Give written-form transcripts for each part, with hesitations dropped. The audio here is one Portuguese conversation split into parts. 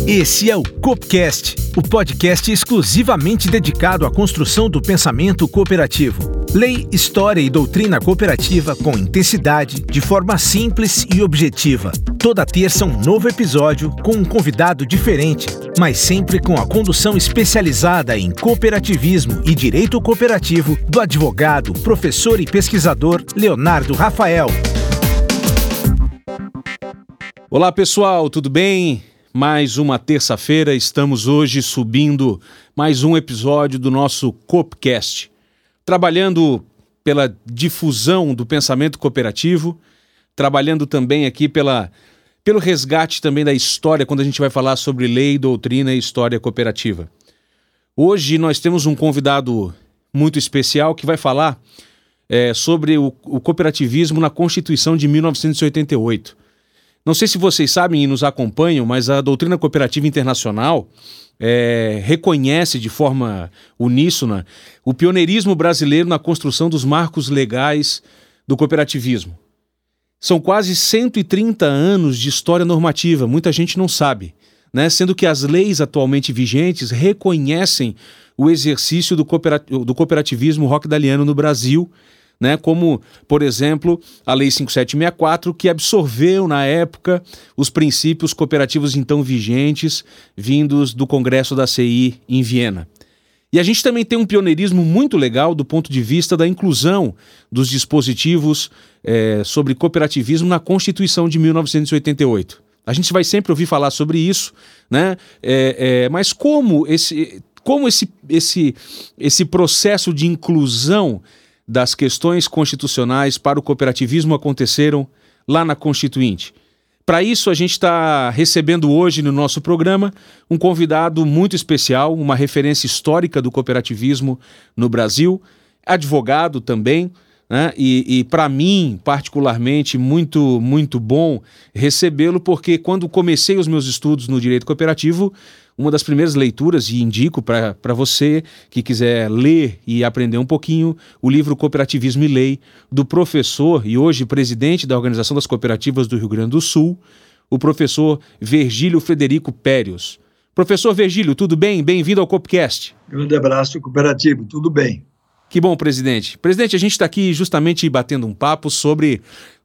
Esse é o Coopcast, o podcast exclusivamente dedicado à construção do pensamento cooperativo. Lei, história e doutrina cooperativa com intensidade, de forma simples e objetiva. Toda terça um novo episódio com um convidado diferente, mas sempre com a condução especializada em cooperativismo e direito cooperativo do advogado, professor e pesquisador Leonardo Rafael. Olá pessoal, tudo bem? Mais uma terça-feira, estamos hoje subindo mais um episódio do nosso Coopcast, trabalhando pela difusão do pensamento cooperativo, trabalhando também aqui pelo resgate também da história, quando a gente vai falar sobre lei, doutrina e história cooperativa. Hoje nós temos um convidado muito especial que vai falar sobre o cooperativismo na Constituição de 1988. Não sei se vocês sabem e nos acompanham, mas a doutrina cooperativa internacional reconhece de forma uníssona o pioneirismo brasileiro na construção dos marcos legais do cooperativismo. São quase 130 anos de história normativa, muita gente não sabe, né? Sendo que as leis atualmente vigentes reconhecem o exercício do cooperativismo rockefelliano no Brasil, né, como, por exemplo, a Lei 5764, que absorveu, na época, os princípios cooperativos então vigentes, vindos do Congresso da CI em Viena. E a gente também tem um pioneirismo muito legal do ponto de vista da inclusão dos dispositivos sobre cooperativismo na Constituição de 1988. A gente vai sempre ouvir falar sobre isso, né? Mas como esse processo de inclusão das questões constitucionais para o cooperativismo aconteceram lá na Constituinte. Para isso, a gente está recebendo hoje no nosso programa um convidado muito especial, uma referência histórica do cooperativismo no Brasil, advogado também, né? E para mim, particularmente, muito, muito bom recebê-lo, porque quando comecei os meus estudos no direito cooperativo, uma das primeiras leituras, e indico para você que quiser ler e aprender um pouquinho, o livro Cooperativismo e Lei, do professor e hoje presidente da Organização das Cooperativas do Rio Grande do Sul, o professor Virgílio Frederico Périos. Professor Virgílio, tudo bem? Bem-vindo ao Coopcast. Grande abraço cooperativo, tudo bem. Que bom, presidente. Presidente, a gente está aqui justamente batendo um papo sobre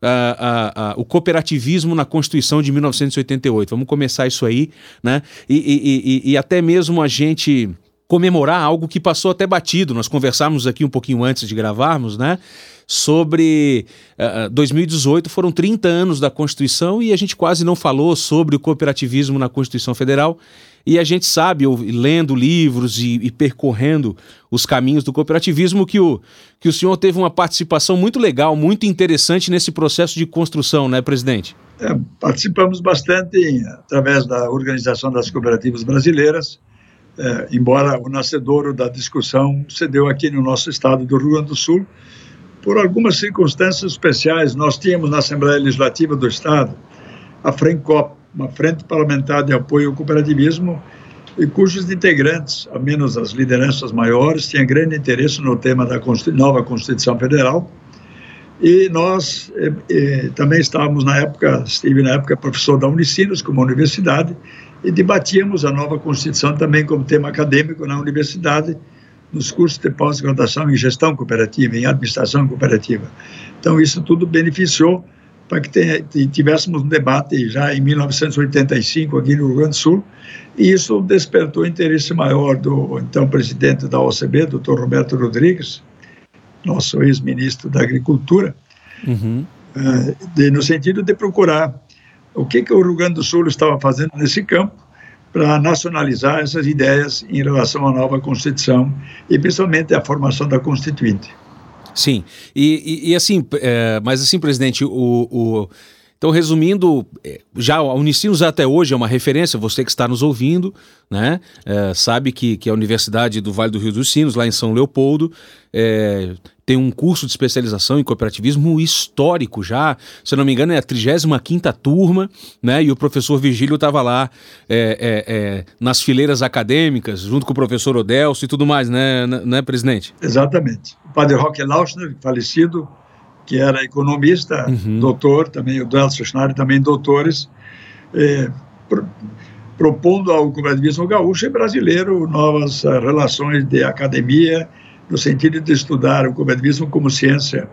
o cooperativismo na Constituição de 1988. Vamos começar isso aí, né? E até mesmo a gente comemorar algo que passou até batido. Nós conversávamos aqui um pouquinho antes de gravarmos, né? Sobre 2018, foram 30 anos da Constituição e a gente quase não falou sobre o cooperativismo na Constituição Federal. E a gente sabe, lendo livros e percorrendo os caminhos do cooperativismo, que o senhor teve uma participação muito legal, muito interessante nesse processo de construção, né, presidente? Participamos bastante através da Organização das Cooperativas Brasileiras, embora o nascedouro da discussão se deu aqui no nosso estado do Rio Grande do Sul. Por algumas circunstâncias especiais, nós tínhamos na Assembleia Legislativa do Estado a FRENCOP, uma frente parlamentar de apoio ao cooperativismo, e cujos integrantes, ao menos as lideranças maiores, tinham grande interesse no tema da nova Constituição Federal. E nós também estive na época professor da Unicinos, como universidade, e debatíamos a nova Constituição também como tema acadêmico na universidade, nos cursos de pós-graduação em gestão cooperativa, em administração cooperativa. Então, isso tudo beneficiou para que tivéssemos um debate já em 1985 aqui no Rio Grande do Sul, e isso despertou interesse maior do então presidente da OCB, Dr. Roberto Rodrigues, nosso ex-ministro da Agricultura, no sentido de procurar o que o Rio Grande do Sul estava fazendo nesse campo para nacionalizar essas ideias em relação à nova Constituição e principalmente a formação da Constituinte. Sim, e assim, mas assim, presidente, então resumindo, já a Unicinos até hoje é uma referência, você que está nos ouvindo, né, sabe que a Universidade do Vale do Rio dos Sinos, lá em São Leopoldo, tem um curso de especialização em cooperativismo histórico já, se eu não me engano é a 35ª turma, né, e o professor Virgílio estava lá nas fileiras acadêmicas, junto com o professor Odelso e tudo mais, né, presidente? Exatamente. O padre Roque Lauschner, falecido, que era economista, doutor, também o Delcio Schneider, também doutores, propondo ao cooperativismo gaúcho e brasileiro novas relações de academia, no sentido de estudar o cooperativismo como ciência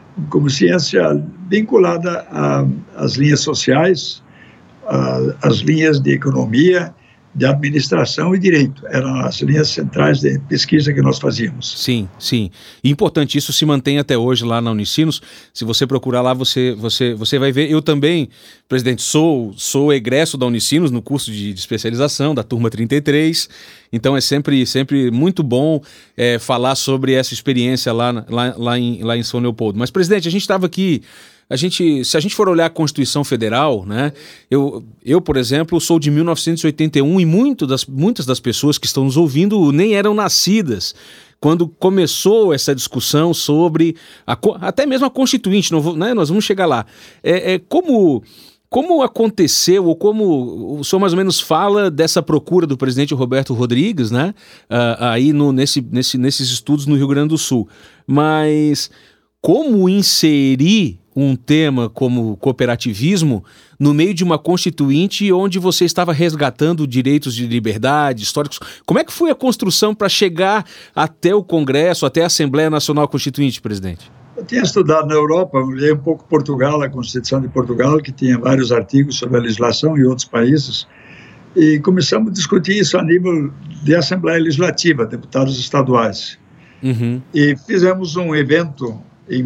vinculada às linhas sociais, às linhas de economia, de administração e direito. Eram as linhas centrais de pesquisa que nós fazíamos. Sim, sim. E importante, isso se mantém até hoje lá na Unicinos. Se você procurar lá, você vai ver. Eu também, presidente, sou egresso da Unicinos no curso de especialização da turma 33. Então é sempre muito bom falar sobre essa experiência lá em São Leopoldo. Mas, presidente, a gente estava aqui... Se a gente for olhar a Constituição Federal, né, eu, por exemplo, sou de 1981 e muitas das pessoas que estão nos ouvindo nem eram nascidas quando começou essa discussão sobre até mesmo a Constituinte, nós vamos chegar lá. Como aconteceu, ou como o senhor mais ou menos fala dessa procura do presidente Roberto Rodrigues, né, aí nesses estudos no Rio Grande do Sul, mas como inserir um tema como cooperativismo no meio de uma constituinte onde você estava resgatando direitos de liberdade históricos? Como é que foi a construção para chegar até o Congresso, até a Assembleia Nacional Constituinte, presidente? Eu tinha estudado na Europa, olhei um pouco Portugal, a Constituição de Portugal, que tinha vários artigos sobre a legislação em outros países, e começamos a discutir isso a nível de Assembleia Legislativa, deputados estaduais. Uhum. E fizemos um evento em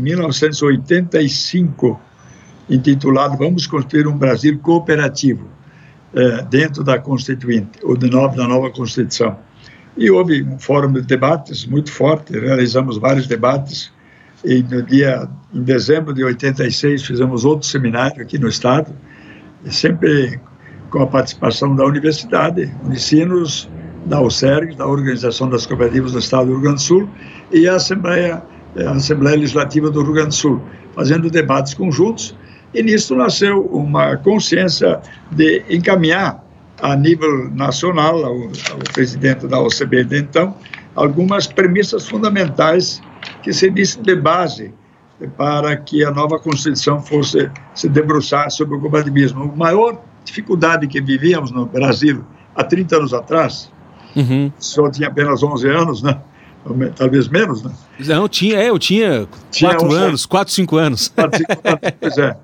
1985, intitulado Vamos Construir um Brasil Cooperativo, dentro da Constituinte, ou da nova Constituição. E houve um fórum de debates muito forte, realizamos vários debates, e em dezembro de 86 fizemos outro seminário aqui no Estado, sempre com a participação da Universidade, Unicinos, da UCERG, da Organização das Cooperativas do Estado do Rio Grande do Sul, e a Assembleia Legislativa do Rio Grande do Sul, fazendo debates conjuntos, e nisso nasceu uma consciência de encaminhar a nível nacional, ao presidente da OCB de então, algumas premissas fundamentais que servissem de base para que a nova Constituição fosse se debruçar sobre o cooperativismo. A maior dificuldade que vivíamos no Brasil há 30 anos atrás, o senhor tinha apenas 11 anos, né? Talvez menos, né? Não, eu tinha 4 anos, 4, 5 anos. 4, 5 anos, pois é.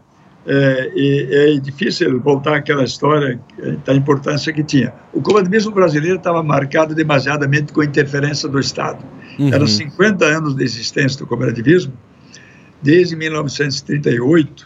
É difícil voltar àquela história da importância que tinha. O cooperativismo brasileiro estava marcado demasiadamente com a interferência do Estado. Eram 50 anos de existência do cooperativismo, desde 1938,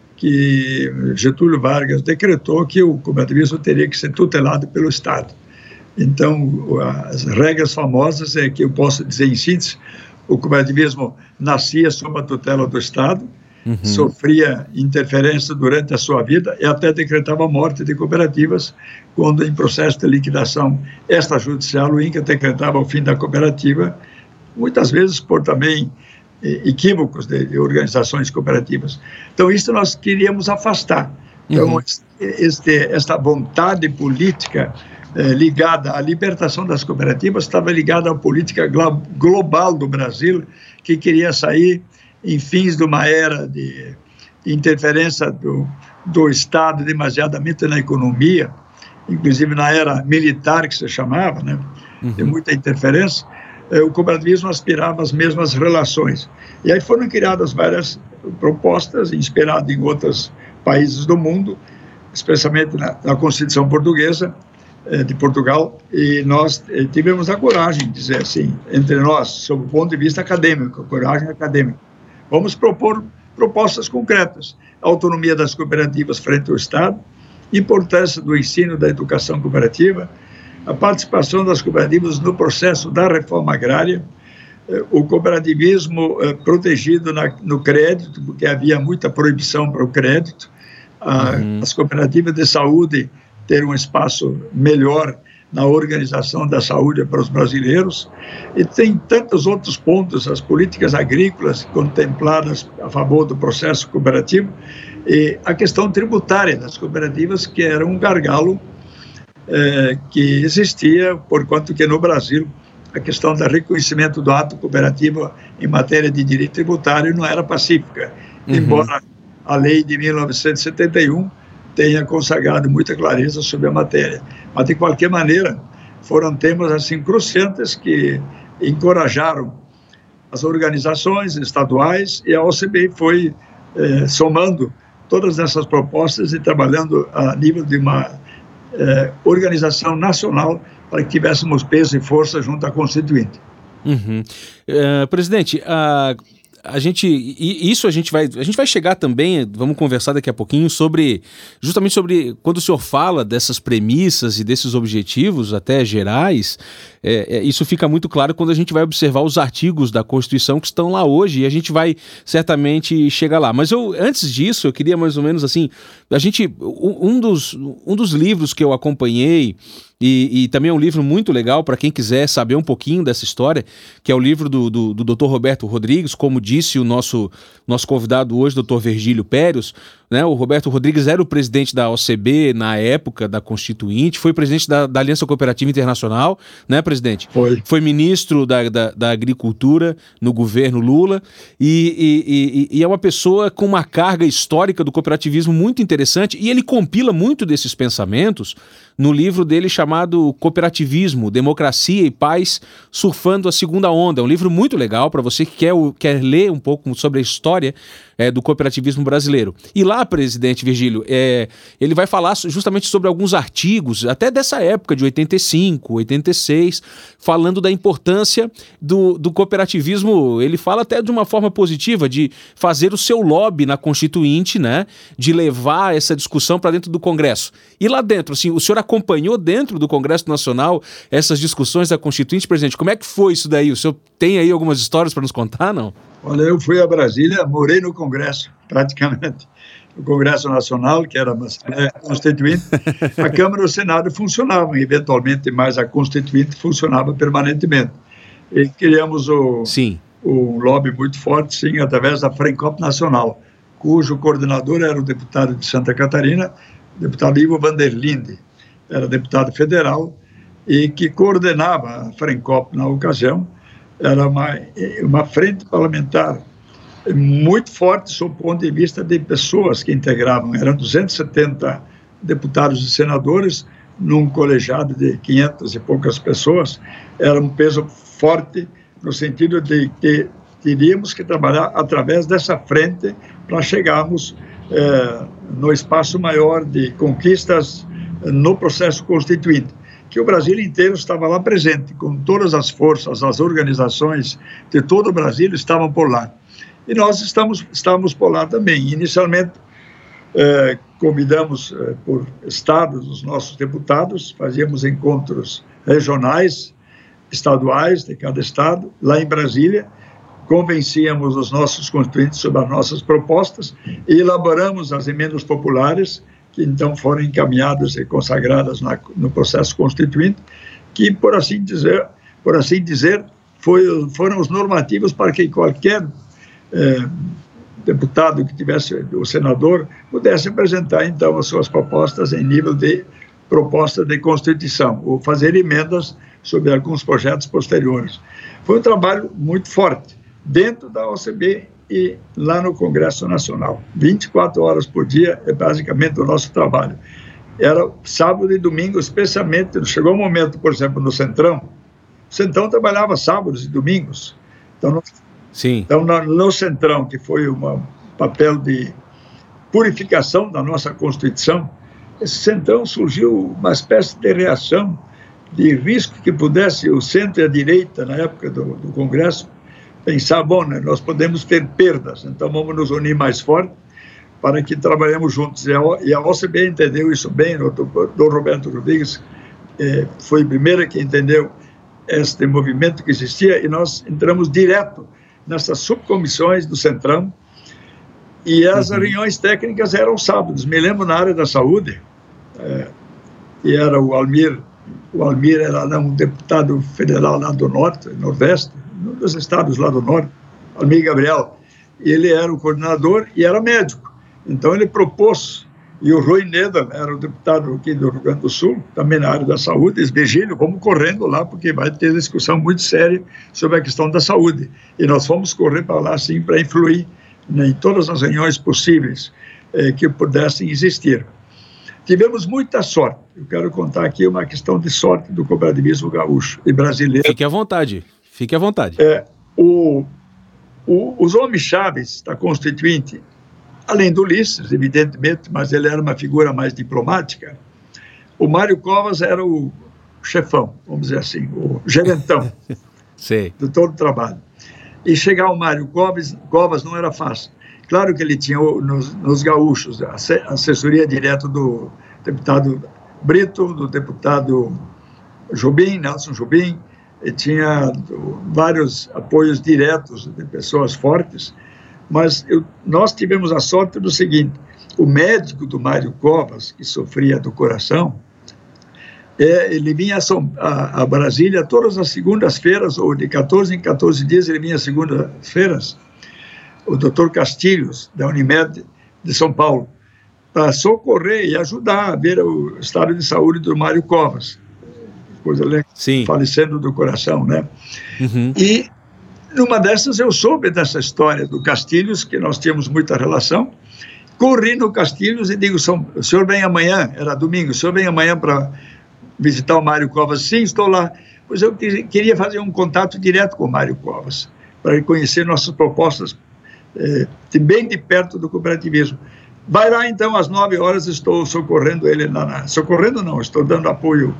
que Getúlio Vargas decretou que o cooperativismo teria que ser tutelado pelo Estado. Então, as regras famosas é que eu posso dizer em síntese, o cooperativismo nascia sob a tutela do Estado, sofria interferência durante a sua vida e até decretava a morte de cooperativas, quando em processo de liquidação extrajudicial o INCRA decretava o fim da cooperativa, muitas vezes por também equívocos de organizações cooperativas. Então, isso nós queríamos afastar. Então, esta vontade política ligada à libertação das cooperativas estava ligada à política global do Brasil, que queria sair em fins de uma era de interferência do Estado demasiadamente na economia, inclusive na era militar, que se chamava, né? De muita interferência. O cooperativismo aspirava às mesmas relações. E aí foram criadas várias propostas, inspiradas em outros países do mundo, especialmente na Constituição Portuguesa, de Portugal, e nós tivemos a coragem de dizer assim, entre nós, sob o ponto de vista acadêmico, a coragem acadêmica, vamos propor propostas concretas, a autonomia das cooperativas frente ao Estado, importância do ensino da educação cooperativa, a participação das cooperativas no processo da reforma agrária, o cooperativismo protegido no crédito, porque havia muita proibição para o crédito, as cooperativas de saúde ter um espaço melhor na organização da saúde para os brasileiros, e tem tantos outros pontos, as políticas agrícolas contempladas a favor do processo cooperativo, e a questão tributária das cooperativas, que era um gargalo que existia, porquanto que no Brasil a questão do reconhecimento do ato cooperativo em matéria de direito tributário não era pacífica, embora a lei de 1971 tenha consagrado muita clareza sobre a matéria. Mas, de qualquer maneira, foram temas assim cruciantes que encorajaram as organizações estaduais, e a OCB foi somando todas essas propostas e trabalhando a nível de uma organização nacional para que tivéssemos peso e força junto à Constituinte. Uhum. Presidente, a gente vai chegar também, vamos conversar daqui a pouquinho justamente sobre quando o senhor fala dessas premissas e desses objetivos até gerais, isso fica muito claro quando a gente vai observar os artigos da Constituição que estão lá hoje, e a gente vai certamente chegar lá. Mas antes disso, eu queria mais ou menos assim, um dos livros que eu acompanhei, e também é um livro muito legal para quem quiser saber um pouquinho dessa história, que é o livro do Dr. Roberto Rodrigues, como disse o nosso convidado hoje, Dr. Virgílio Périos, né? O Roberto Rodrigues era o presidente da OCB na época da Constituinte, foi presidente da Aliança Cooperativa Internacional, né, presidente? Foi ministro da Agricultura no governo Lula, e é uma pessoa com uma carga histórica do cooperativismo muito interessante, e ele compila muito desses pensamentos no livro dele chamado Cooperativismo, Democracia e Paz, Surfando a Segunda Onda. É um livro muito legal para você que quer ler um pouco sobre a história do cooperativismo brasileiro. E lá, presidente Virgílio, ele vai falar justamente sobre alguns artigos, até dessa época de 85, 86, falando da importância do cooperativismo. Ele fala até de uma forma positiva, de fazer o seu lobby na Constituinte, né, de levar essa discussão para dentro do Congresso. E lá dentro, assim, o senhor acompanhou dentro do Congresso Nacional essas discussões da Constituinte, presidente? Como é que foi isso daí? O senhor tem aí algumas histórias para nos contar, não? Olha, eu fui a Brasília, morei no Congresso, praticamente. O Congresso Nacional, que era uma Assembleia Constituinte, a Câmara e o Senado funcionavam eventualmente, mas a Constituinte funcionava permanentemente. E criamos um lobby muito forte, sim, através da Frencop Nacional, cujo coordenador era o deputado de Santa Catarina, o deputado Ivo Vanderlinde, era deputado federal, e que coordenava a Frencop na ocasião. Era uma frente parlamentar muito forte sob o ponto de vista de pessoas que integravam. Eram 270 deputados e senadores num colegiado de 500 e poucas pessoas. Era um peso forte no sentido de que teríamos que trabalhar através dessa frente para chegarmos no espaço maior de conquistas no processo constituinte, que o Brasil inteiro estava lá presente, com todas as forças, as organizações de todo o Brasil estavam por lá. E nós estávamos por lá também. Inicialmente, convidamos por estados os nossos deputados, fazíamos encontros regionais, estaduais de cada estado, lá em Brasília, convencíamos os nossos constituintes sobre as nossas propostas e elaboramos as emendas populares, que então foram encaminhadas e consagradas no processo constituinte, que, por assim dizer, foram os normativos para que qualquer deputado que tivesse, o senador, pudesse apresentar, então, as suas propostas em nível de proposta de Constituição, ou fazer emendas sobre alguns projetos posteriores. Foi um trabalho muito forte, dentro da OCB e lá no Congresso Nacional. 24 horas por dia é basicamente o nosso trabalho. Era sábado e domingo, especialmente. Chegou um momento, por exemplo, no Centrão. O Centrão trabalhava sábados e domingos. Então, no Centrão, que foi um papel de purificação da nossa Constituição, esse Centrão surgiu uma espécie de reação de risco que pudesse o centro e a direita, na época do Congresso, pensar, bom, né, nós podemos ter perdas, então vamos nos unir mais forte para que trabalhemos juntos. E a OCB entendeu isso bem, o Dr. Roberto Rodrigues foi a primeira que entendeu este movimento que existia, e nós entramos direto nessas subcomissões do Centrão, e as reuniões técnicas eram sábados. Me lembro na área da saúde, e era o Almir era um deputado federal lá do Norte, Nordeste, um dos estados lá do Norte, Almir Gabriel, ele era o coordenador e era médico. Então ele propôs, e o Rui Neda era o deputado aqui do Rio Grande do Sul, também na área da saúde, diz, Virgílio, vamos correndo lá, porque vai ter discussão muito séria sobre a questão da saúde. E nós fomos correr para lá, sim, para influir em todas as reuniões possíveis que pudessem existir. tivemos muita sorte. Eu quero contar aqui uma questão de sorte do cooperativismo gaúcho e brasileiro. Fique à vontade, fique à vontade. Os homens-chaves da Constituinte, além do Ulisses, evidentemente, mas ele era uma figura mais diplomática, o Mário Covas era o chefão, vamos dizer assim, o gerentão de todo o trabalho. E chegar ao Mário Covas não era fácil. Claro que ele tinha nos gaúchos a assessoria direta do deputado Brito, do deputado Jobim, Nelson Jobim, e tinha vários apoios diretos de pessoas fortes, mas nós tivemos a sorte do seguinte: o médico do Mário Covas, que sofria do coração, ele vinha a Brasília todas as segundas-feiras, ou de 14 em 14 dias ele vinha às segundas-feiras, o Dr. Castilhos, da Unimed de São Paulo, para socorrer e ajudar a ver o estado de saúde do Mário Covas, coisa falecendo do coração, né? Uhum. E numa dessas eu soube dessa história do Castilhos, que nós tínhamos muita relação, corri no Castilhos e digo: o senhor vem amanhã, era domingo, o senhor vem amanhã para visitar o Mário Covas? Sim, estou lá. Pois eu queria fazer um contato direto com o Mário Covas, para conhecer nossas propostas bem de perto do cooperativismo. Vai lá então, às 9 horas, estou socorrendo ele lá socorrendo não, estou dando apoio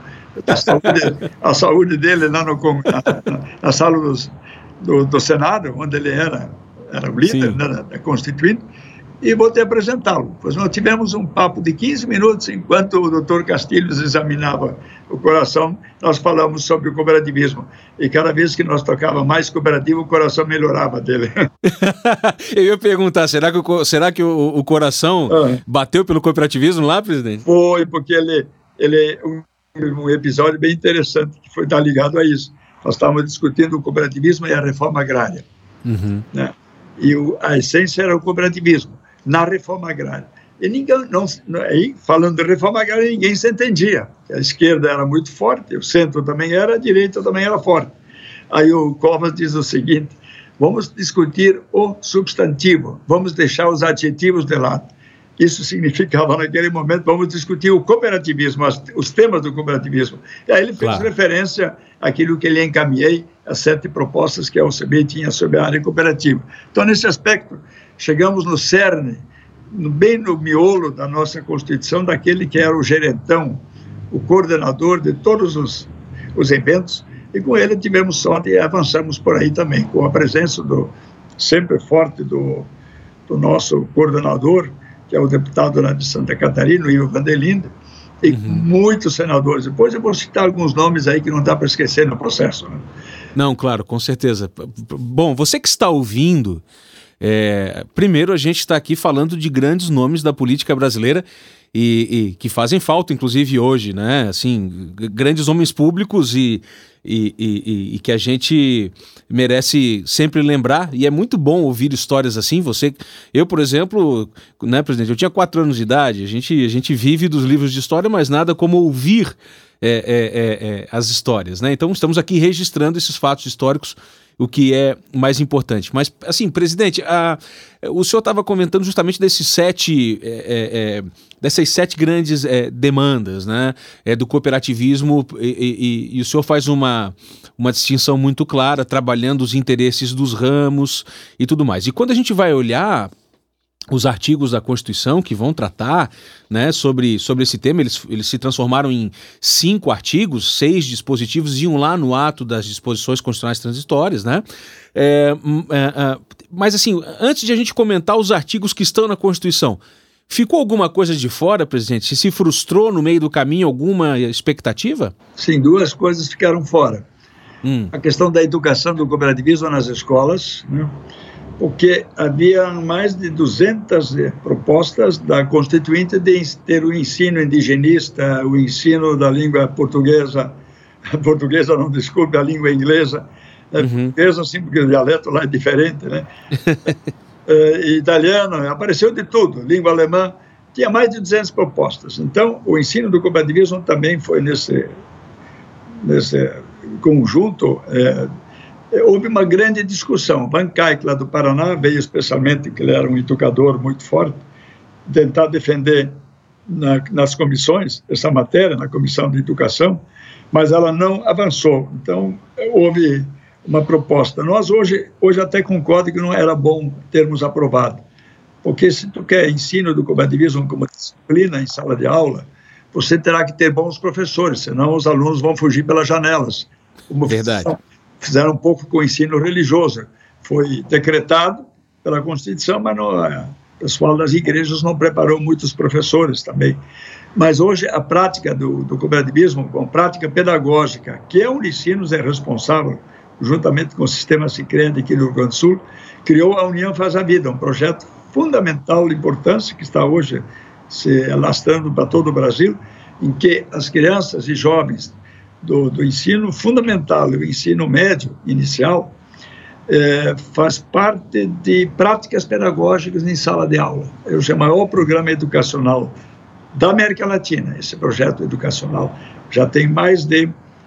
à saúde dele lá na sala do Senado, onde ele era o líder, né, da Constituinte, e vou te apresentá-lo. Pois nós tivemos um papo de 15 minutos, enquanto o Dr. Castilhos examinava o coração, nós falamos sobre o cooperativismo. E cada vez que nós tocava mais cooperativo, o coração melhorava dele. Eu ia perguntar, será que o coração bateu pelo cooperativismo lá, presidente? Foi, porque um episódio bem interessante que foi ligado a isso. Nós estávamos discutindo o cooperativismo e a reforma agrária. Uhum. Né? E a essência era o cooperativismo na reforma agrária. E aí, falando de reforma agrária, ninguém se entendia. A esquerda era muito forte, o centro também era, a direita também era forte. Aí o Covas diz o seguinte: vamos discutir o substantivo, vamos deixar os adjetivos de lado. Isso significava, naquele momento, vamos discutir o cooperativismo, os temas do cooperativismo. E aí ele fez referência àquilo que ele encaminhei, as 7 propostas que a OCB tinha sobre a área cooperativa. Então, nesse aspecto, chegamos no cerne, bem no miolo da nossa Constituição, daquele que era o gerentão, o coordenador de todos os eventos, e com ele tivemos sorte e avançamos por aí também, com a presença sempre forte do nosso coordenador, que é o deputado lá de Santa Catarina, o Ivo Vanderlinde, e muitos senadores. Depois eu vou citar alguns nomes aí que não dá para esquecer no processo. Né? Não, claro, com certeza. Bom, você que está ouvindo, primeiro a gente está aqui falando de grandes nomes da política brasileira e que fazem falta, inclusive, hoje, né? Assim, grandes homens públicos e que a gente merece sempre lembrar, e é muito bom ouvir histórias assim. Eu, por exemplo, né, presidente, eu tinha 4 anos de idade, a gente vive dos livros de história, mas nada como ouvir as histórias, né? Então estamos aqui registrando esses fatos históricos, o que é mais importante. Mas, assim, presidente, o senhor estava comentando justamente dessas 7 grandes demandas, né, do cooperativismo, e o senhor faz uma distinção muito clara, trabalhando os interesses dos ramos e tudo mais. E quando a gente vai olhar os artigos da Constituição que vão tratar, né, sobre esse tema, eles se transformaram em 5 artigos, 6 dispositivos e um lá no ato das disposições constitucionais transitórias, né? Mas assim, antes de a gente comentar os artigos que estão na Constituição, ficou alguma coisa de fora, presidente? Se frustrou no meio do caminho alguma expectativa? Sim, 2 coisas ficaram fora. A questão da educação do cooperativismo nas escolas, né? Porque havia mais de 200 propostas da Constituinte de ter o ensino indigenista, o ensino da língua portuguesa, a língua inglesa, portuguesa, sim, porque o dialeto lá é diferente, né? Italiano, apareceu de tudo, língua alemã, tinha mais de 200 propostas. Então, o ensino do cooperativismo também foi nesse conjunto. Houve uma grande discussão. Van Cuyk, lá do Paraná, veio especialmente, que ele era um educador muito forte, tentar defender nas comissões, essa matéria, na Comissão de Educação, mas ela não avançou. Então, houve uma proposta. Nós hoje até concordo que não era bom termos aprovado, porque se tu quer ensino do cooperativismo como disciplina em sala de aula, você terá que ter bons professores, senão os alunos vão fugir pelas janelas. Como Verdade. Fizeram um pouco com o ensino religioso. Foi decretado pela Constituição, mas o pessoal das igrejas não preparou muitos professores também. Mas hoje a prática do cooperativismo, com prática pedagógica, que a Unicinos é responsável, juntamente com o Sistema Sicredi aqui do Rio Grande do Sul, criou a União Faz a Vida, um projeto fundamental de importância que está hoje se alastrando para todo o Brasil, em que as crianças e jovens do ensino fundamental e o ensino médio inicial faz parte de práticas pedagógicas em sala de aula. É o maior programa educacional da América Latina. Esse projeto educacional já tem mais de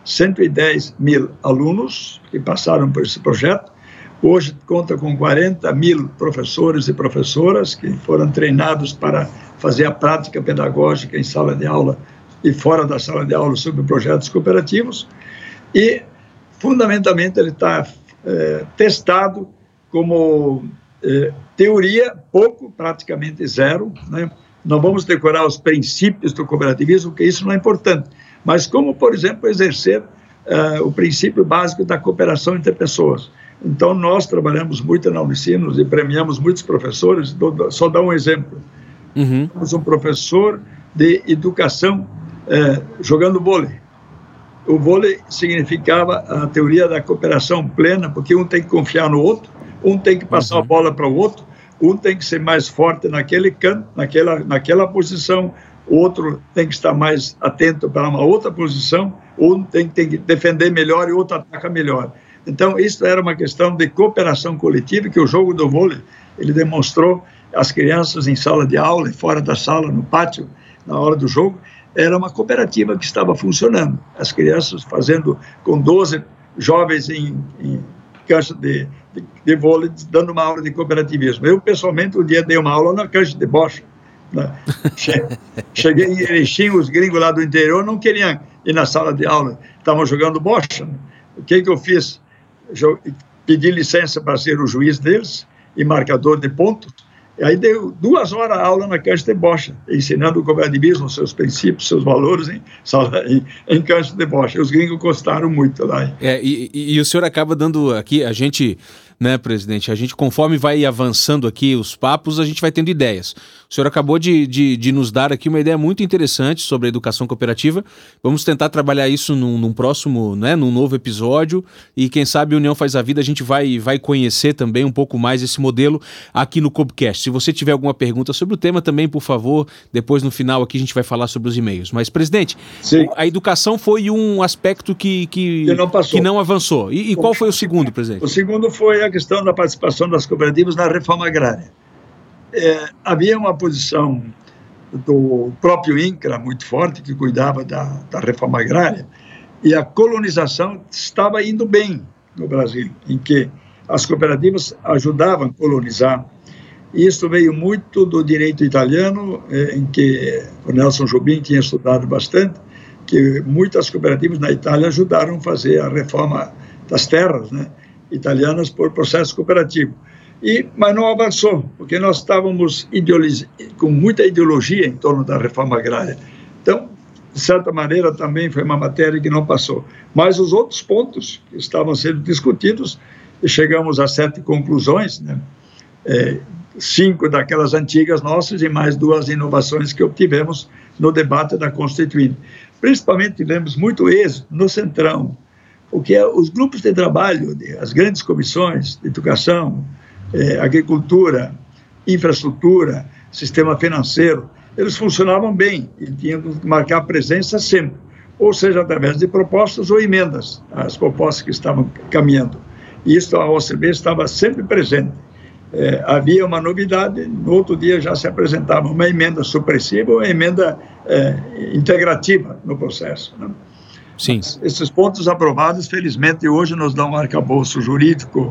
110 mil alunos que passaram por esse projeto. Hoje conta com 40 mil professores e professoras que foram treinados para fazer a prática pedagógica em sala de aula e fora da sala de aula sobre projetos cooperativos. E, fundamentalmente, ele está testado como teoria, pouco, praticamente zero, né? Não vamos decorar os princípios do cooperativismo, porque isso não é importante, mas como, por exemplo, exercer o princípio básico da cooperação entre pessoas. Então, nós trabalhamos muito na Unicinos e premiamos muitos professores. Só dar um exemplo. Temos um professor de educação jogando vôlei. O vôlei significava a teoria da cooperação plena, porque um tem que confiar no outro, um tem que passar a bola para o outro, um tem que ser mais forte naquele canto, naquela posição, o outro tem que estar mais atento para uma outra posição, um tem que defender melhor e o outro ataca melhor. Então, isso era uma questão de cooperação coletiva, que o jogo do vôlei, ele demonstrou às crianças em sala de aula e fora da sala, no pátio, na hora do jogo, era uma cooperativa que estava funcionando. As crianças fazendo com 12 jovens em cancha de vôlei, dando uma aula de cooperativismo. Eu, pessoalmente, um dia dei uma aula na cancha de bocha. Né? Cheguei em Erechim, os gringos lá do interior não queriam ir na sala de aula, estavam jogando bocha. Né? O que eu fiz? Pedi licença para ser o juiz deles e marcador de pontos. E aí deu 2 horas a aula na cancha de bocha, ensinando o cooperativismo, seus princípios, seus valores em cancha de bocha. Os gringos gostaram muito lá. E o senhor acaba dando aqui, a gente, né, presidente, a gente, conforme vai avançando aqui os papos, a gente vai tendo ideias. O senhor acabou de nos dar aqui uma ideia muito interessante sobre a educação cooperativa. Vamos tentar trabalhar isso num próximo, né, num novo episódio, e quem sabe a União Faz a Vida, a gente vai conhecer também um pouco mais esse modelo aqui no Coopcast. Se você tiver alguma pergunta sobre o tema também, por favor, depois no final aqui a gente vai falar sobre os e-mails. Mas, presidente, a educação foi um aspecto que não avançou. E qual foi o segundo, presidente? O segundo foi a questão da participação das cooperativas na reforma agrária. Havia uma posição do próprio INCRA muito forte, que cuidava da reforma agrária, e a colonização estava indo bem no Brasil, em que as cooperativas ajudavam a colonizar. Isso veio muito do direito italiano, em que o Nelson Jobim tinha estudado bastante, que muitas cooperativas na Itália ajudaram a fazer a reforma das terras, né, italianas por processo cooperativo. Mas não avançou, porque nós estávamos com muita ideologia em torno da reforma agrária. Então, de certa maneira, também foi uma matéria que não passou. Mas os outros pontos que estavam sendo discutidos, e chegamos a 7 conclusões, né? 5 daquelas antigas nossas e mais 2 inovações que obtivemos no debate da Constituinte. Principalmente tivemos muito êxito no Centrão, porque os grupos de trabalho, as grandes comissões de educação, agricultura, infraestrutura, sistema financeiro, eles funcionavam bem e tinham que marcar presença sempre, ou seja, através de propostas ou emendas, as propostas que estavam caminhando. E isso a OCB estava sempre presente. Havia uma novidade, no outro dia já se apresentava uma emenda supressiva ou uma emenda integrativa no processo, né? Sim. Esses pontos aprovados, felizmente, hoje nos dão um arcabouço jurídico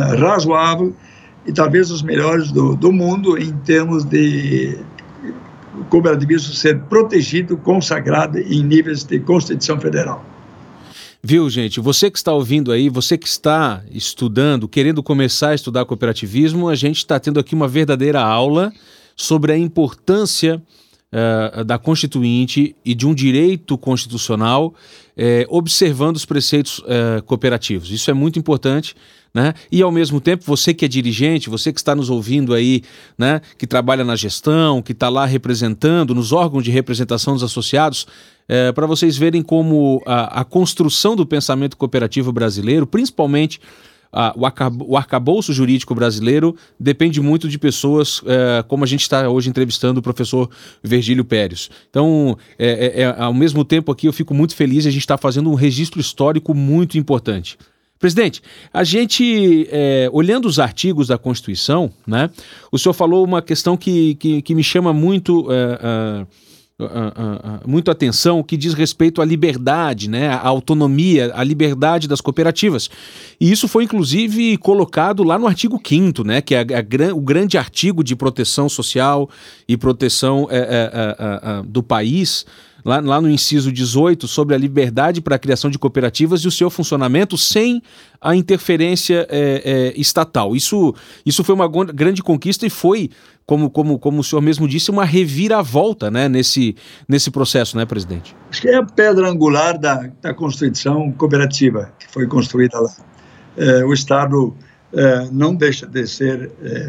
razoável e talvez os melhores do mundo em termos de o cooperativismo ser protegido, consagrado em níveis de Constituição Federal. Viu, gente? Você que está ouvindo aí, você que está estudando, querendo começar a estudar cooperativismo, a gente está tendo aqui uma verdadeira aula sobre a importância da Constituinte e de um direito constitucional observando os preceitos cooperativos. Isso é muito importante, né? E ao mesmo tempo, você que é dirigente, você que está nos ouvindo aí, né, que trabalha na gestão, que está lá representando, nos órgãos de representação dos associados, para vocês verem como a construção do pensamento cooperativo brasileiro, principalmente o arcabouço jurídico brasileiro, depende muito de pessoas como a gente está hoje entrevistando o professor Virgílio Pérez. Então, ao mesmo tempo aqui eu fico muito feliz, a gente está fazendo um registro histórico muito importante. Presidente, a gente, olhando os artigos da Constituição, né, o senhor falou uma questão que me chama muito atenção, que diz respeito à liberdade, né, à autonomia, à liberdade das cooperativas. E isso foi, inclusive, colocado lá no artigo 5º, né, que é o grande artigo de proteção social e proteção do país, lá no inciso 18, sobre a liberdade para a criação de cooperativas e o seu funcionamento sem a interferência estatal. Isso foi uma grande conquista e foi, como o senhor mesmo disse, uma reviravolta, né, nesse processo, né, presidente? Acho que é a pedra angular da Constituição cooperativa que foi construída lá. O Estado não deixa de ser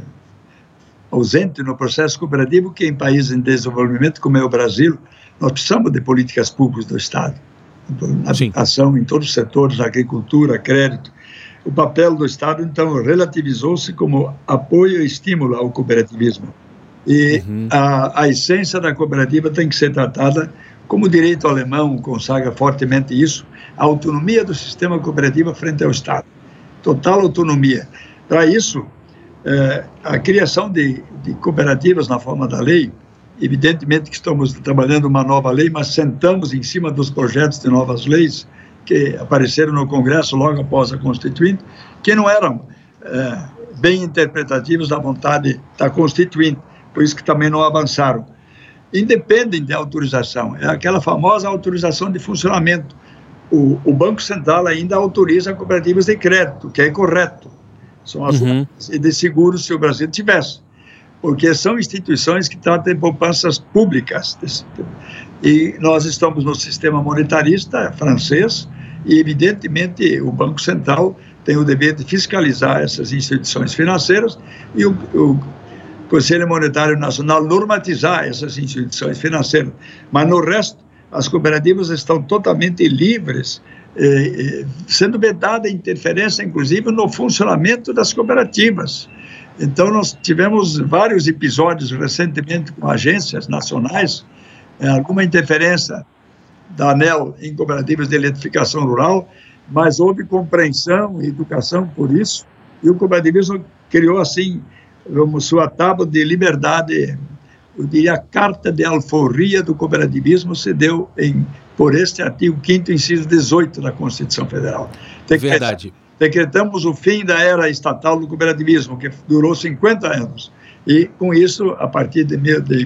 ausente no processo cooperativo, que em países em desenvolvimento, como é o Brasil, nós precisamos de políticas públicas do Estado, na habitação, em todos os setores, na agricultura, crédito. O papel do Estado, então, relativizou-se como apoio e estímulo ao cooperativismo. E a essência da cooperativa tem que ser tratada como o direito alemão consagra fortemente isso, a autonomia do sistema cooperativo frente ao Estado. Total autonomia. Para isso, a criação de cooperativas na forma da lei, evidentemente que estamos trabalhando uma nova lei, mas sentamos em cima dos projetos de novas leis que apareceram no Congresso logo após a Constituinte, que não eram bem interpretativos da vontade da Constituinte, por isso que também não avançaram. Independem de autorização, é aquela famosa autorização de funcionamento. O Banco Central ainda autoriza cooperativas de crédito, que é correto. São as de seguros se o Brasil tivesse, porque são instituições que tratam de poupanças públicas. E nós estamos no sistema monetarista francês e, evidentemente, o Banco Central tem o dever de fiscalizar essas instituições financeiras e o Conselho Monetário Nacional normatizar essas instituições financeiras. Mas, no resto, as cooperativas estão totalmente livres, sendo vedada a interferência, inclusive, no funcionamento das cooperativas. Então, nós tivemos vários episódios recentemente com agências nacionais, alguma interferência da ANEEL em cooperativas de eletrificação rural, mas houve compreensão e educação por isso, e o cooperativismo criou, assim, sua tábua de liberdade, eu diria, a carta de alforria do cooperativismo se deu por este artigo 5º, inciso 18 da Constituição Federal. Verdade. Decretamos o fim da era estatal do cooperativismo, que durou 50 anos. E, com isso, a partir de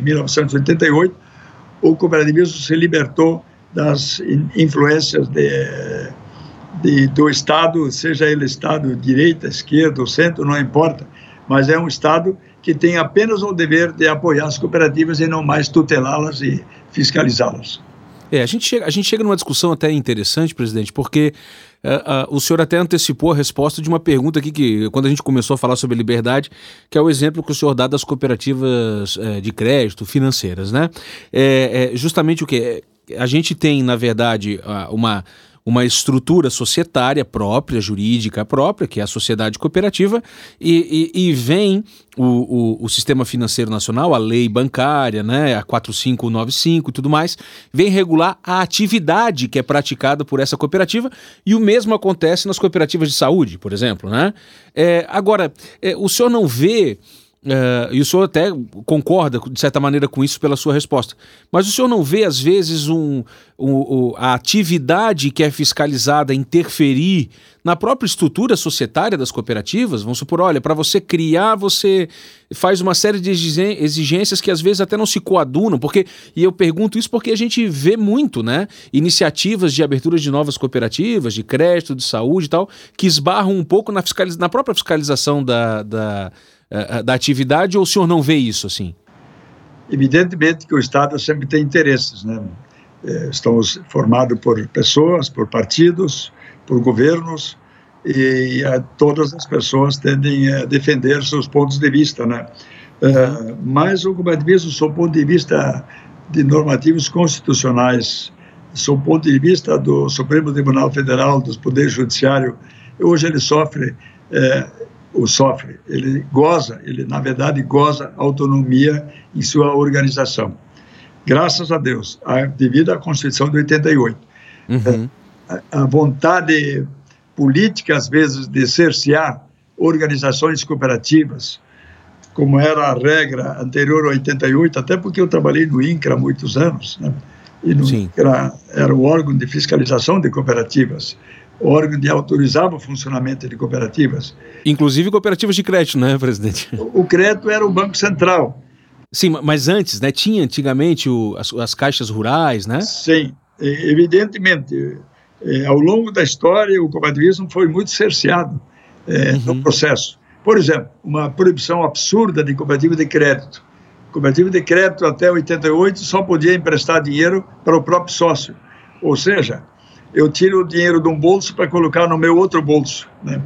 1988, o cooperativismo se libertou das influências do Estado, seja ele Estado de direita, esquerda ou centro, não importa, mas é um Estado que tem apenas o dever de apoiar as cooperativas e não mais tutelá-las e fiscalizá-las. A gente chega numa discussão até interessante, presidente, porque o senhor até antecipou a resposta de uma pergunta aqui que, quando a gente começou a falar sobre liberdade, que é o exemplo que o senhor dá das cooperativas de crédito financeiras, né? Justamente o que? A gente tem, na verdade, uma estrutura societária própria, jurídica própria, que é a sociedade cooperativa, e vem o Sistema Financeiro Nacional, a lei bancária, né, a 4595 e tudo mais, vem regular a atividade que é praticada por essa cooperativa, e o mesmo acontece nas cooperativas de saúde, por exemplo, né? Agora, o senhor não vê e o senhor até concorda, de certa maneira, com isso pela sua resposta. Mas o senhor não vê, às vezes, a atividade que é fiscalizada interferir na própria estrutura societária das cooperativas? Vamos supor, olha, para você criar, você faz uma série de exigências que às vezes até não se coadunam, e eu pergunto isso porque a gente vê muito, né, iniciativas de abertura de novas cooperativas, de crédito, de saúde e tal, que esbarram um pouco na própria fiscalização da atividade, ou o senhor não vê isso assim? Evidentemente que o Estado sempre tem interesses, né? Estamos formados por pessoas, por partidos, por governos, e todas as pessoas tendem a defender seus pontos de vista, né? Mas o cooperativismo, sob o ponto de vista de normativos constitucionais, sob o ponto de vista do Supremo Tribunal Federal, do Poder Judiciário, hoje ele ele na verdade goza autonomia em sua organização. Graças a Deus, devido à Constituição de 88. A vontade política, às vezes, de cercear organizações cooperativas, como era a regra anterior a 88, até porque eu trabalhei no INCRA há muitos anos, né? E no INCRA era o órgão de fiscalização de cooperativas, o órgão que autorizava o funcionamento de cooperativas. Inclusive cooperativas de crédito, né, presidente? O crédito era o Banco Central. Sim, mas antes, né, tinha antigamente as caixas rurais, né? Sim, evidentemente. Ao longo da história, o cooperativismo foi muito cerceado no processo. Por exemplo, uma proibição absurda de cooperativa de crédito. Cooperativa de crédito até 88 só podia emprestar dinheiro para o próprio sócio. Ou seja, eu tiro o dinheiro de um bolso para colocar no meu outro bolso, né?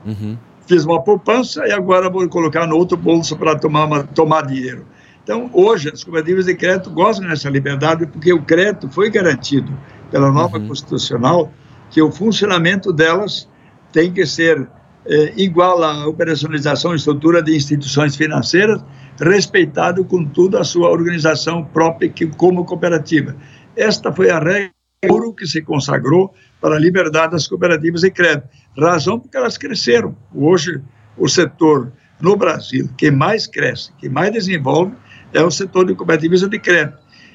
Fiz uma poupança e agora vou colocar no outro bolso para tomar dinheiro. Então, hoje, as cooperativas de crédito gozam dessa liberdade porque o crédito foi garantido pela nova Constitucional, que o funcionamento delas tem que ser igual à operacionalização e estrutura de instituições financeiras, respeitado, contudo, a sua organização própria como cooperativa. Esta foi a regra que se consagrou para a liberdade das cooperativas de crédito. Razão porque elas cresceram. Hoje, o setor no Brasil que mais cresce, que mais desenvolve, é o setor de cooperativas de crédito.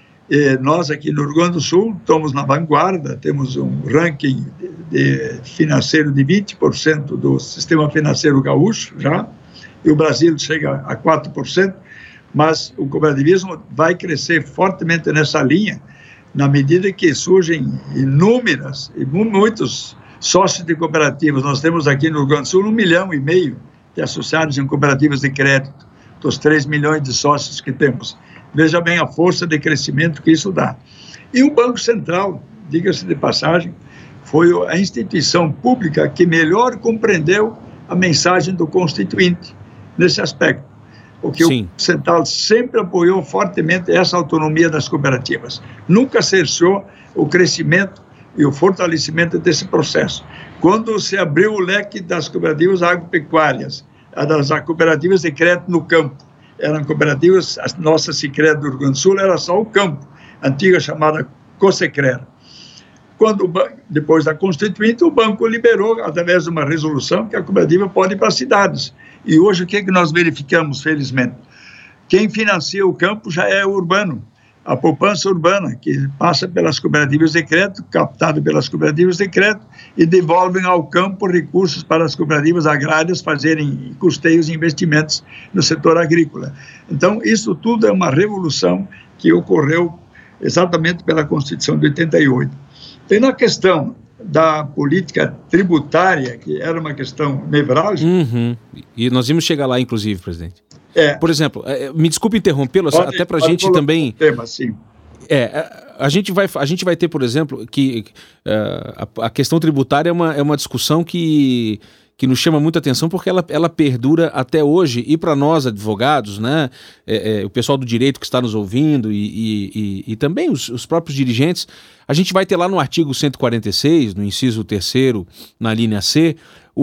Nós aqui no Rio Grande do Sul estamos na vanguarda, temos um ranking financeiro de 20% do sistema financeiro gaúcho já, e o Brasil chega a 4%, mas o cooperativismo vai crescer fortemente nessa linha, na medida que surgem inúmeras e muitos sócios de cooperativas. Nós temos aqui no Rio Grande do Sul 1,5 milhão de associados em cooperativas de crédito, dos 3 milhões de sócios que temos. Veja bem a força de crescimento que isso dá. E o Banco Central, diga-se de passagem, foi a instituição pública que melhor compreendeu a mensagem do Constituinte nesse aspecto. Porque o Banco Central sempre apoiou fortemente essa autonomia das cooperativas. Nunca cerceou o crescimento e o fortalecimento desse processo. Quando se abriu o leque das cooperativas agropecuárias, das cooperativas de crédito no campo, eram cooperativas, a nossa Sicredi do Rio Grande do Sul era só o campo, antiga chamada Cosecrer. Depois da Constituinte, o banco liberou, através de uma resolução, que a cooperativa pode ir para as cidades. E hoje o que nós verificamos, felizmente? Quem financia o campo já é o urbano, a poupança urbana, que passa pelas cooperativas de crédito, captado pelas cooperativas de crédito, e devolvem ao campo recursos para as cooperativas agrárias fazerem custeios e investimentos no setor agrícola. Então, isso tudo é uma revolução que ocorreu exatamente pela Constituição de 88. Tem na questão da política tributária, que era uma questão nevrálgica. E nós vimos chegar lá, inclusive, presidente. Por exemplo, me desculpe interrompê-lo, até para a gente também... Tema, sim. A gente vai ter, por exemplo, que a questão tributária é uma discussão que nos chama muita atenção porque ela perdura até hoje, e para nós advogados, né, o pessoal do direito que está nos ouvindo e também os próprios dirigentes, a gente vai ter lá no artigo 146, no inciso 3º, na linha C,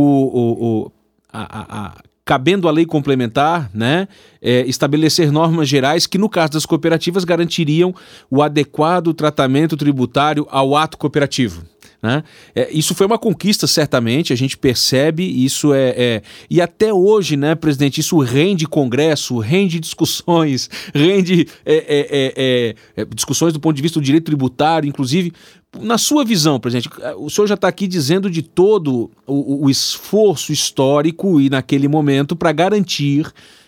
cabendo a lei complementar, né, estabelecer normas gerais que, no caso das cooperativas, garantiriam o adequado tratamento tributário ao ato cooperativo. né? Isso foi uma conquista, certamente, a gente percebe, isso e até hoje, né, presidente, isso rende congresso, rende discussões, rende discussões do ponto de vista do direito tributário, inclusive. Na sua visão, presidente, o senhor já está aqui dizendo de todo o esforço histórico e naquele momento para garantir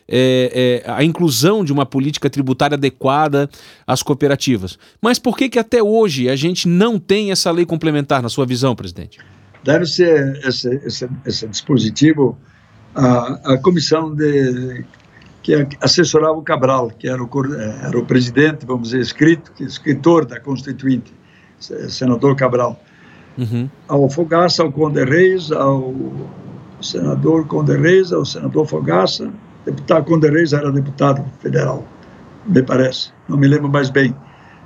a inclusão de uma política tributária adequada às cooperativas. Mas por que até hoje a gente não tem essa lei complementar, na sua visão, presidente? Deve ser esse dispositivo a comissão que assessorava o Cabral, que era o presidente, vamos dizer, escritor da Constituinte, senador Cabral. Uhum. Ao Fogaça, ao Conde Reis, ao senador Conde Reis, ao senador Fogaça, deputado Conde Reis era deputado federal, me parece, não me lembro mais bem,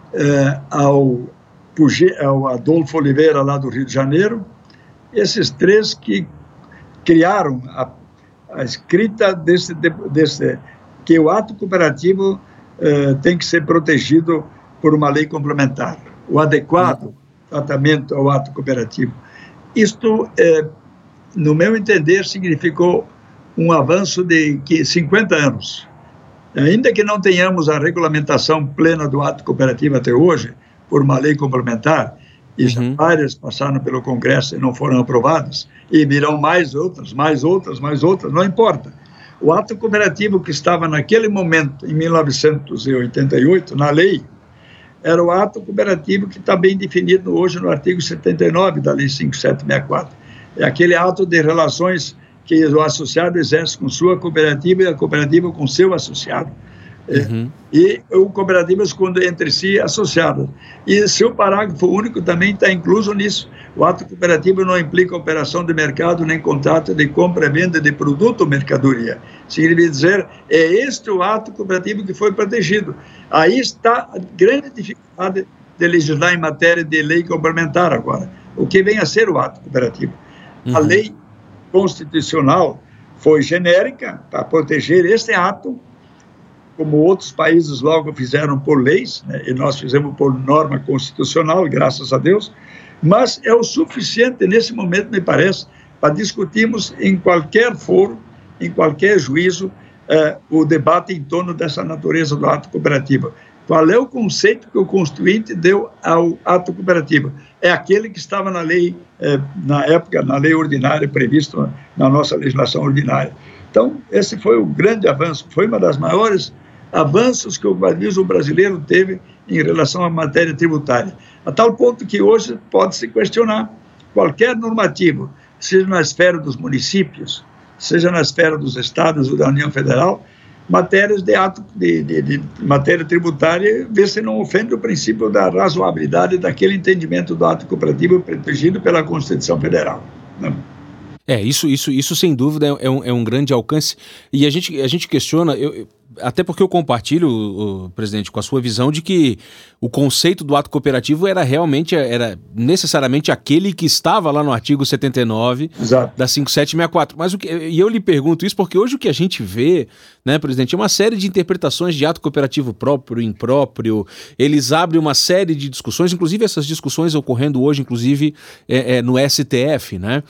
ao Adolfo Oliveira, lá do Rio de Janeiro, esses três que criaram a escrita que o ato cooperativo tem que ser protegido por uma lei complementar, o adequado tratamento ao ato cooperativo. Isto, no meu entender, significou um avanço de 50 anos. Ainda que não tenhamos a regulamentação plena do ato cooperativo até hoje, por uma lei complementar, e já várias passaram pelo Congresso e não foram aprovadas, e virão mais outras, não importa. O ato cooperativo que estava naquele momento, em 1988, na lei, era o ato cooperativo que está bem definido hoje no artigo 79 da Lei 5764. É aquele ato de relações que o associado exerce com sua cooperativa e a cooperativa com seu associado. E o cooperativas entre si associadas. E seu parágrafo único também está incluso nisso. O ato cooperativo não implica operação de mercado nem contrato de compra e venda de produto ou mercadoria. Significa dizer, é este o ato cooperativo que foi protegido. Aí está a grande dificuldade de legislar em matéria de lei complementar agora. O que vem a ser o ato cooperativo? A lei constitucional foi genérica para proteger este ato, como outros países logo fizeram por leis, né, e nós fizemos por norma constitucional, graças a Deus, mas é o suficiente nesse momento, me parece, para discutirmos em qualquer foro, em qualquer juízo, o debate em torno dessa natureza do ato cooperativo. Qual é o conceito que o Constituinte deu ao ato cooperativo? É aquele que estava na lei, na época, na lei ordinária, previsto na nossa legislação ordinária. Então, esse foi o grande avanço, foi uma das maiores avanços que o cooperativismo brasileiro teve em relação à matéria tributária, a tal ponto que hoje pode-se questionar qualquer normativo, seja na esfera dos municípios, seja na esfera dos estados ou da União Federal, matérias de matéria tributária, ver se não ofende o princípio da razoabilidade daquele entendimento do ato cooperativo protegido pela Constituição Federal, né? Isso sem dúvida é um grande alcance, e a gente questiona, até porque eu compartilho, presidente, com a sua visão de que o conceito do ato cooperativo era necessariamente aquele que estava lá no artigo 79 Exato. Da 5764. E eu lhe pergunto isso porque hoje o que a gente vê, né, presidente, é uma série de interpretações de ato cooperativo próprio, impróprio. Eles abrem uma série de discussões, inclusive essas discussões ocorrendo hoje, inclusive no STF, né?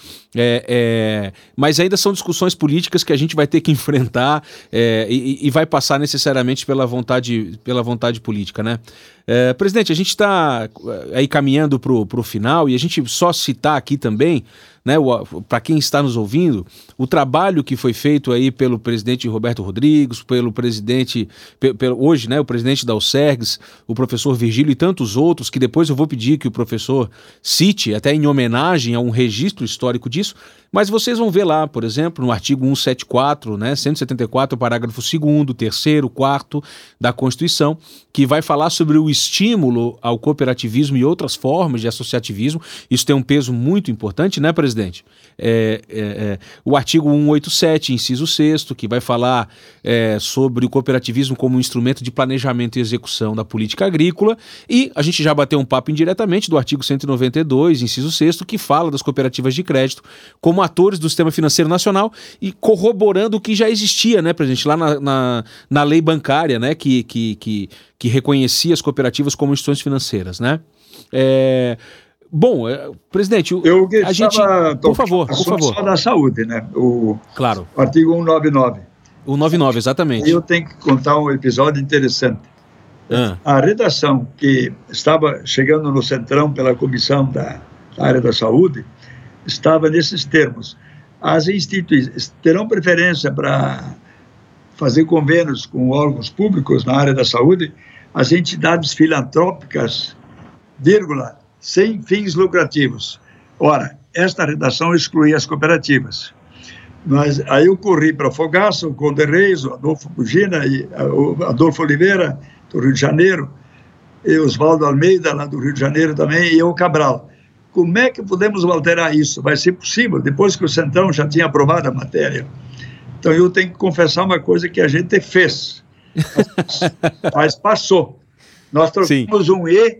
Mas ainda são discussões políticas que a gente vai ter que enfrentar e vai passar necessariamente pela vontade política, né? Presidente, a gente está aí caminhando para o final, e a gente só citar aqui também, né, para quem está nos ouvindo, o trabalho que foi feito aí pelo presidente Roberto Rodrigues, pelo presidente, hoje, né, o presidente da Alcergues, o professor Virgílio e tantos outros, que depois eu vou pedir que o professor cite, até em homenagem a um registro histórico disso, mas vocês vão ver lá, por exemplo, no artigo 174, né, 174, parágrafo 2º, 3º, 4º da Constituição, que vai falar sobre o estímulo ao cooperativismo e outras formas de associativismo. Isso tem um peso muito importante, né, presidente? O artigo 187, inciso 6º, que vai falar sobre o cooperativismo como um instrumento de planejamento e execução da política agrícola, e a gente já bateu um papo indiretamente do artigo 192, inciso 6º, que fala das cooperativas de crédito como atores do sistema financeiro nacional, e corroborando o que já existia, né, presidente, lá na lei bancária, né, que reconhecia as cooperativas como instituições financeiras, né? Bom, presidente, a gente... Por favor. Só da saúde, né? Claro. O artigo 199. 199, exatamente. Eu tenho que contar um episódio interessante. A redação que estava chegando no Centrão pela comissão da área da saúde estava nesses termos. As instituições terão preferência para fazer convênios com órgãos públicos na área da saúde, as entidades filantrópicas, vírgula, sem fins lucrativos. Ora, esta redação excluía as cooperativas. Mas aí eu corri para Fogaça, o Conde Reis, o Adolfo Bugina, o Adolfo Oliveira, do Rio de Janeiro, e Oswaldo Almeida, lá do Rio de Janeiro também, e eu, Cabral. Como é que podemos alterar isso? Vai ser possível, depois que o Centrão já tinha aprovado a matéria. Então, eu tenho que confessar uma coisa que a gente fez, mas passou. Nós trocamos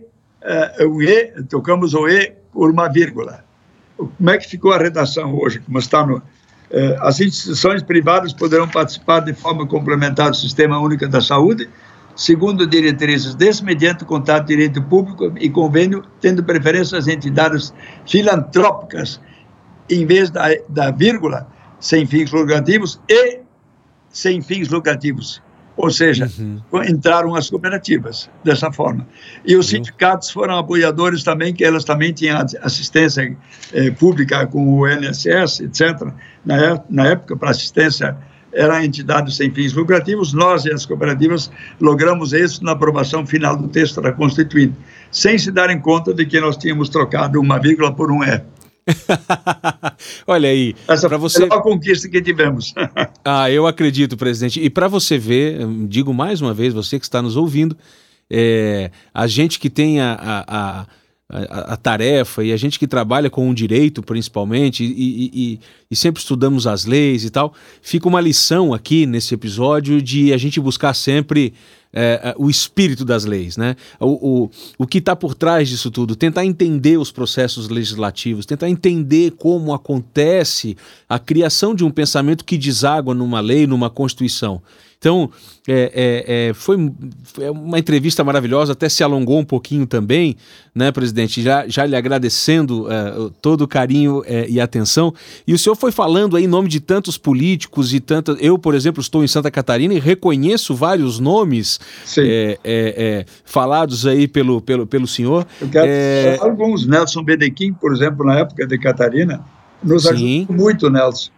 trocamos o E por uma vírgula. Como é que ficou a redação hoje? Como está as instituições privadas poderão participar de forma complementar do Sistema Único da Saúde, segundo diretrizes desse, mediante contato de direito público e convênio, tendo preferência às entidades filantrópicas, em vez da vírgula, sem fins lucrativos e sem fins lucrativos. Ou seja, entraram as cooperativas dessa forma. E os sindicatos foram apoiadores também, que elas também tinham assistência pública com o INSS, etc. Na época, para assistência, eram entidades sem fins lucrativos. Nós e as cooperativas logramos isso na aprovação final do texto da Constituinte, sem se darem conta de que nós tínhamos trocado uma vírgula por um E. Olha aí, essa foi a conquista que tivemos. Eu acredito, presidente. E para você ver, digo mais uma vez, você que está nos ouvindo, a gente que tem a tarefa e a gente que trabalha com o direito, principalmente, e sempre estudamos as leis e tal, fica uma lição aqui nesse episódio de a gente buscar sempre o espírito das leis, né? O que está por trás disso tudo, tentar entender os processos legislativos, tentar entender como acontece a criação de um pensamento que deságua numa lei, numa Constituição. Então, foi uma entrevista maravilhosa, até se alongou um pouquinho também, né, presidente? Já lhe agradecendo todo o carinho e atenção. E o senhor foi falando aí em nome de tantos políticos e tantas... Eu, por exemplo, estou em Santa Catarina e reconheço vários nomes falados aí pelo senhor. Eu quero falar alguns. Nelson Bedequim, por exemplo, na época de Catarina, nos ajudou muito, Nelson.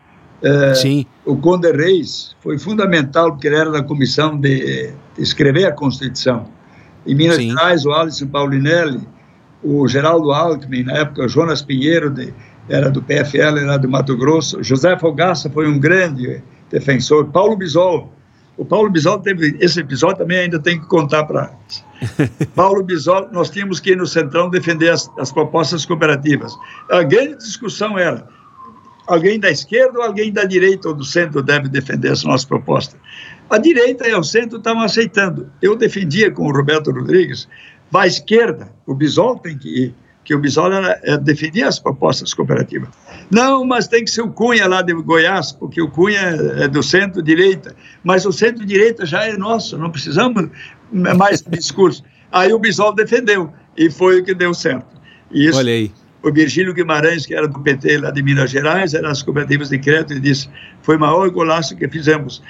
O Conde Reis foi fundamental, porque ele era da comissão de escrever a Constituição. Em Minas Gerais, o Alisson Paulinelli, o Geraldo Alckmin, na época, o Jonas Pinheiro, era do PFL, era do Mato Grosso. José Fogaça foi um grande defensor. Paulo Bisol. O Paulo Bisol teve esse episódio, também ainda tem que contar para Paulo Bisol. Nós tínhamos que ir no Centrão defender as propostas cooperativas. A grande discussão era: alguém da esquerda ou alguém da direita ou do centro deve defender as nossas propostas? A direita e o centro estavam aceitando. Eu defendia com o Roberto Rodrigues, a esquerda, o Bisol tem que ir, que o Bisol defendia as propostas cooperativas. Não, mas tem que ser o Cunha lá de Goiás, porque o Cunha é do centro-direita, mas o centro-direita já é nosso, não precisamos mais de discurso. Aí o Bisol defendeu, e foi o que deu certo. E isso, olha aí. O Virgílio Guimarães, que era do PT lá de Minas Gerais, eram as cooperativas de crédito, e disse: foi o maior golaço que fizemos.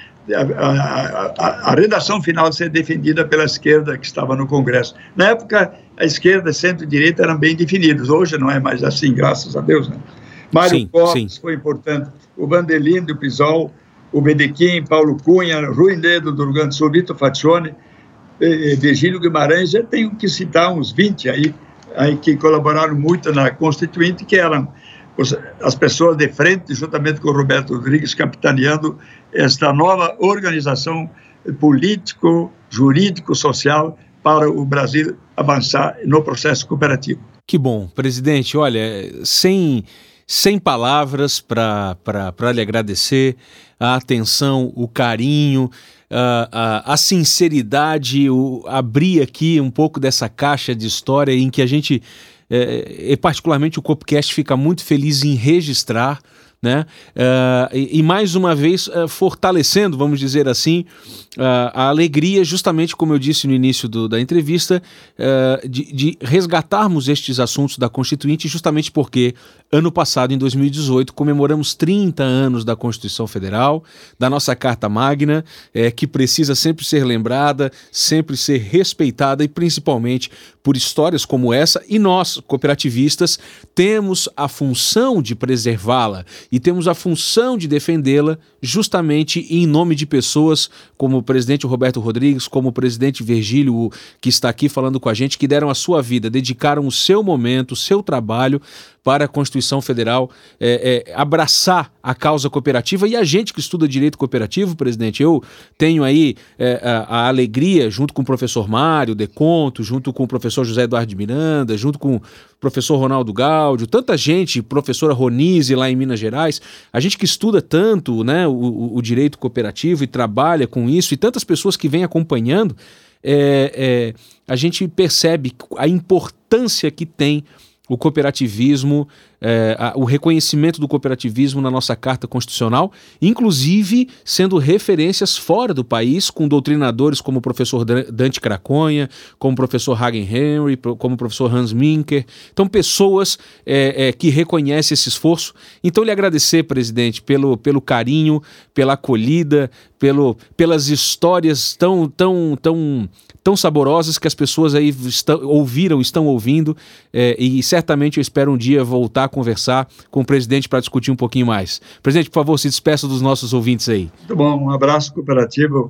A redação final ser defendida pela esquerda que estava no Congresso. Na época, a esquerda e centro-direita eram bem definidos. Hoje não é mais assim, graças a Deus, né? Mário Covas foi importante. O Vanderlinde, o Pisol, o Bedequim, Paulo Cunha, Rui Nedo do Rio Grande do Sul, Vitor Faccione, Virgílio Guimarães. Eu tenho que citar uns 20 aí que colaboraram muito na Constituinte, que eram as pessoas de frente, juntamente com o Roberto Rodrigues, capitaneando esta nova organização político, jurídico, social para o Brasil avançar no processo cooperativo. Que bom, presidente. Olha, sem palavras para lhe agradecer a atenção, o carinho, a sinceridade, abrir aqui um pouco dessa caixa de história em que a gente, particularmente o Copcast, fica muito feliz em registrar, né? E mais uma vez fortalecendo, vamos dizer assim, a alegria, justamente como eu disse no início da entrevista, de resgatarmos estes assuntos da Constituinte, justamente porque ano passado, em 2018, comemoramos 30 anos da Constituição Federal, da nossa Carta Magna, que precisa sempre ser lembrada, sempre ser respeitada e principalmente por histórias como essa, e nós, cooperativistas, temos a função de preservá-la e temos a função de defendê-la justamente em nome de pessoas como o presidente Roberto Rodrigues, como o presidente Virgílio, que está aqui falando com a gente, que deram a sua vida, dedicaram o seu momento, o seu trabalho para a Constituição Federal abraçar a causa cooperativa. E a gente que estuda direito cooperativo, presidente, eu tenho aí a alegria, junto com o professor Mário Deconto, junto com o professor José Eduardo de Miranda, junto com o professor Ronaldo Gáudio, tanta gente, professora Ronise lá em Minas Gerais, a gente que estuda tanto, né, o direito cooperativo e trabalha com isso, e tantas pessoas que vêm acompanhando, a gente percebe a importância que tem o cooperativismo, o reconhecimento do cooperativismo na nossa Carta Constitucional, inclusive sendo referências fora do país, com doutrinadores como o professor Dante Craconha, como o professor Hagen Henry, como o professor Hans Minker. Então, pessoas que reconhecem esse esforço. Então, lhe agradecer, presidente, pelo carinho, pela acolhida, pelas histórias tão saborosas que as pessoas aí estão ouvindo, e certamente eu espero um dia voltar a conversar com o presidente para discutir um pouquinho mais. Presidente, por favor, se despeça dos nossos ouvintes aí. Muito bom, um abraço cooperativo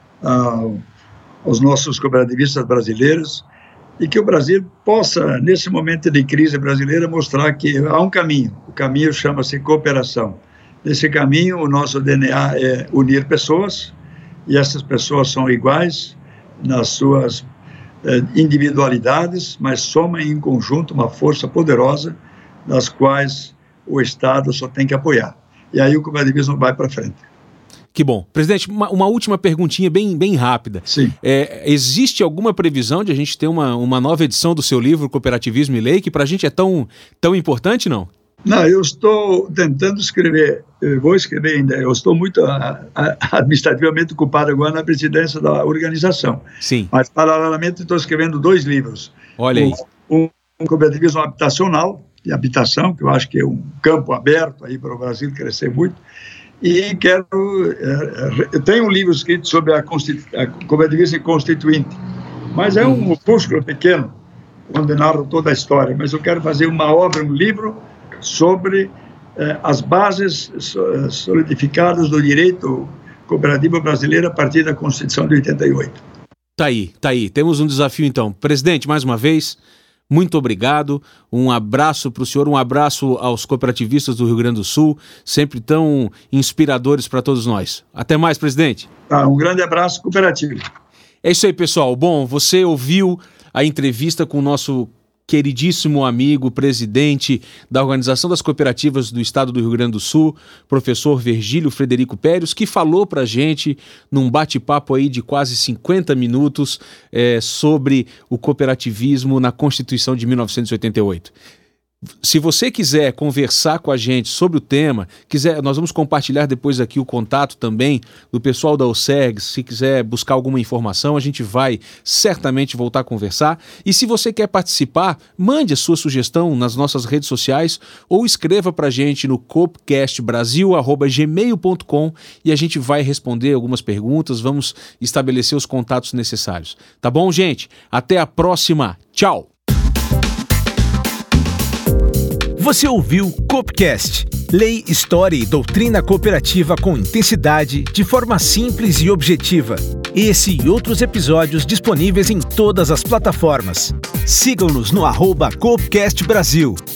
aos nossos cooperativistas brasileiros, e que o Brasil possa, nesse momento de crise brasileira, mostrar que há um caminho. O caminho chama-se cooperação. Nesse caminho, o nosso DNA é unir pessoas, e essas pessoas são iguais nas suas individualidades, mas somam em conjunto uma força poderosa, das quais o Estado só tem que apoiar. E aí o cooperativismo vai para frente. Que bom. Presidente, uma última perguntinha bem rápida. Sim. Existe alguma previsão de a gente ter uma nova edição do seu livro, Cooperativismo e Lei, que para a gente é tão importante, não? Não, eu estou tentando escrever, eu vou escrever ainda, eu estou muito administrativamente ocupado agora na presidência da organização. Sim. Mas, paralelamente, estou escrevendo 2 livros. Olha aí. Um cooperativismo habitacional, de habitação, que eu acho que é um campo aberto aí para o Brasil crescer muito, e eu tenho um livro escrito sobre a cooperativismo constituinte, mas é um opúsculo pequeno, onde narro toda a história, mas eu quero fazer uma obra, um livro, sobre as bases solidificadas do direito cooperativo brasileiro a partir da Constituição de 88. Tá aí. Temos um desafio, então. Presidente, mais uma vez, muito obrigado. Um abraço para o senhor, um abraço aos cooperativistas do Rio Grande do Sul, sempre tão inspiradores para todos nós. Até mais, presidente. Um grande abraço cooperativo. É isso aí, pessoal. Bom, você ouviu a entrevista com o nosso queridíssimo amigo, presidente da Organização das Cooperativas do Estado do Rio Grande do Sul, professor Virgílio Frederico Périos, que falou para a gente, num bate-papo aí de quase 50 minutos, sobre o cooperativismo na Constituição de 1988. Se você quiser conversar com a gente sobre o tema, nós vamos compartilhar depois aqui o contato também do pessoal da OCEGS. Se quiser buscar alguma informação, a gente vai certamente voltar a conversar. E se você quer participar, mande a sua sugestão nas nossas redes sociais ou escreva para a gente no coopcastbrasil@gmail.com e a gente vai responder algumas perguntas, vamos estabelecer os contatos necessários. Tá bom, gente? Até a próxima. Tchau! Você ouviu Coopcast, Lei, História e Doutrina Cooperativa com intensidade, de forma simples e objetiva. Esse e outros episódios disponíveis em todas as plataformas. Sigam-nos no @Coopcast Brasil.